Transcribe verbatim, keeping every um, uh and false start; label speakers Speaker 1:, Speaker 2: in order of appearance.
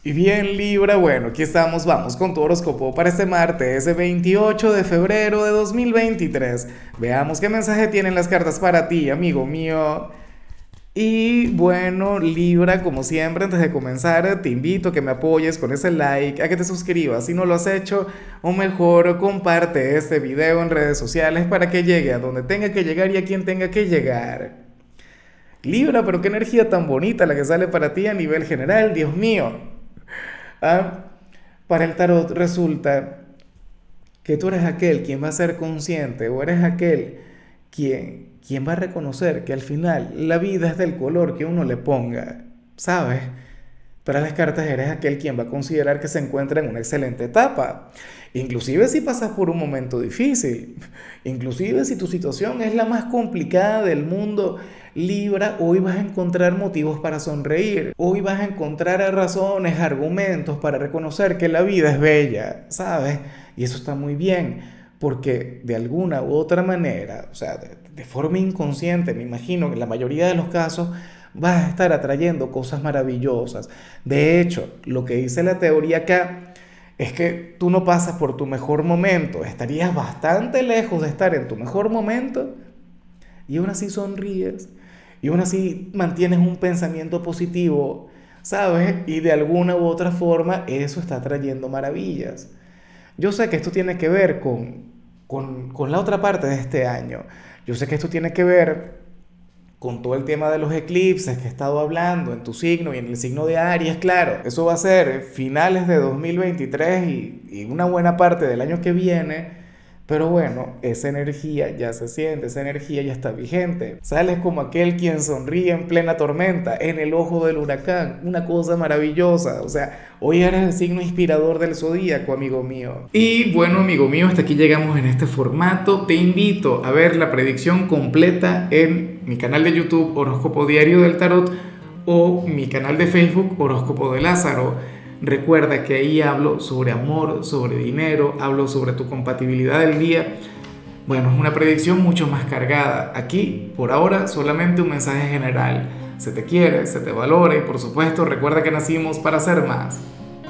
Speaker 1: Y bien, Libra, bueno, aquí estamos, vamos con tu horóscopo para este martes, veintiocho de febrero de dos mil veintitrés. Veamos qué mensaje tienen las cartas para ti, amigo mío. Y bueno, Libra, como siempre, antes de comenzar, te invito a que me apoyes con ese like, a que te suscribas si no lo has hecho, o mejor, comparte este video en redes sociales para que llegue a donde tenga que llegar y a quien tenga que llegar. Libra, pero qué energía tan bonita la que sale para ti a nivel general, Dios mío. Ah, para el tarot resulta que tú eres aquel quien va a ser consciente o eres aquel quien, quien va a reconocer que al final la vida es del color que uno le ponga, ¿sabes? Para las cartas eres aquel quien va a considerar que se encuentra en una excelente etapa. Inclusive si pasas por un momento difícil, inclusive si tu situación es la más complicada del mundo, Libra, hoy vas a encontrar motivos para sonreír, hoy vas a encontrar razones, argumentos para reconocer que la vida es bella, ¿sabes? Y eso está muy bien, porque de alguna u otra manera, o sea, de, de forma inconsciente, me imagino que en la mayoría de los casos, vas a estar atrayendo cosas maravillosas. De hecho, lo que dice la teoría acá es que tú no pasas por tu mejor momento, estarías bastante lejos de estar en tu mejor momento y aún así sonríes y aún así mantienes un pensamiento positivo, ¿sabes? Y de alguna u otra forma eso está trayendo maravillas. Yo sé que esto tiene que ver con, con, con la otra parte de este año. Yo sé que esto tiene que ver con todo el tema de los eclipses que he estado hablando en tu signo y en el signo de Aries, claro, eso va a ser finales de dos mil veintitrés y, y una buena parte del año que viene, pero bueno, esa energía ya se siente, esa energía ya está vigente. Sales como aquel quien sonríe en plena tormenta, en el ojo del huracán, una cosa maravillosa. O sea, hoy eres el signo inspirador del zodíaco, amigo mío. Y bueno, amigo mío, hasta aquí llegamos en este formato. Te invito a ver la predicción completa en mi canal de YouTube Horóscopo Diario del Tarot o mi canal de Facebook Horóscopo de Lázaro. Recuerda que ahí hablo sobre amor, sobre dinero, hablo sobre tu compatibilidad del día. Bueno, es una predicción mucho más cargada. Aquí, por ahora, solamente un mensaje general. Se te quiere, se te valora y por supuesto, recuerda que nacimos para ser más.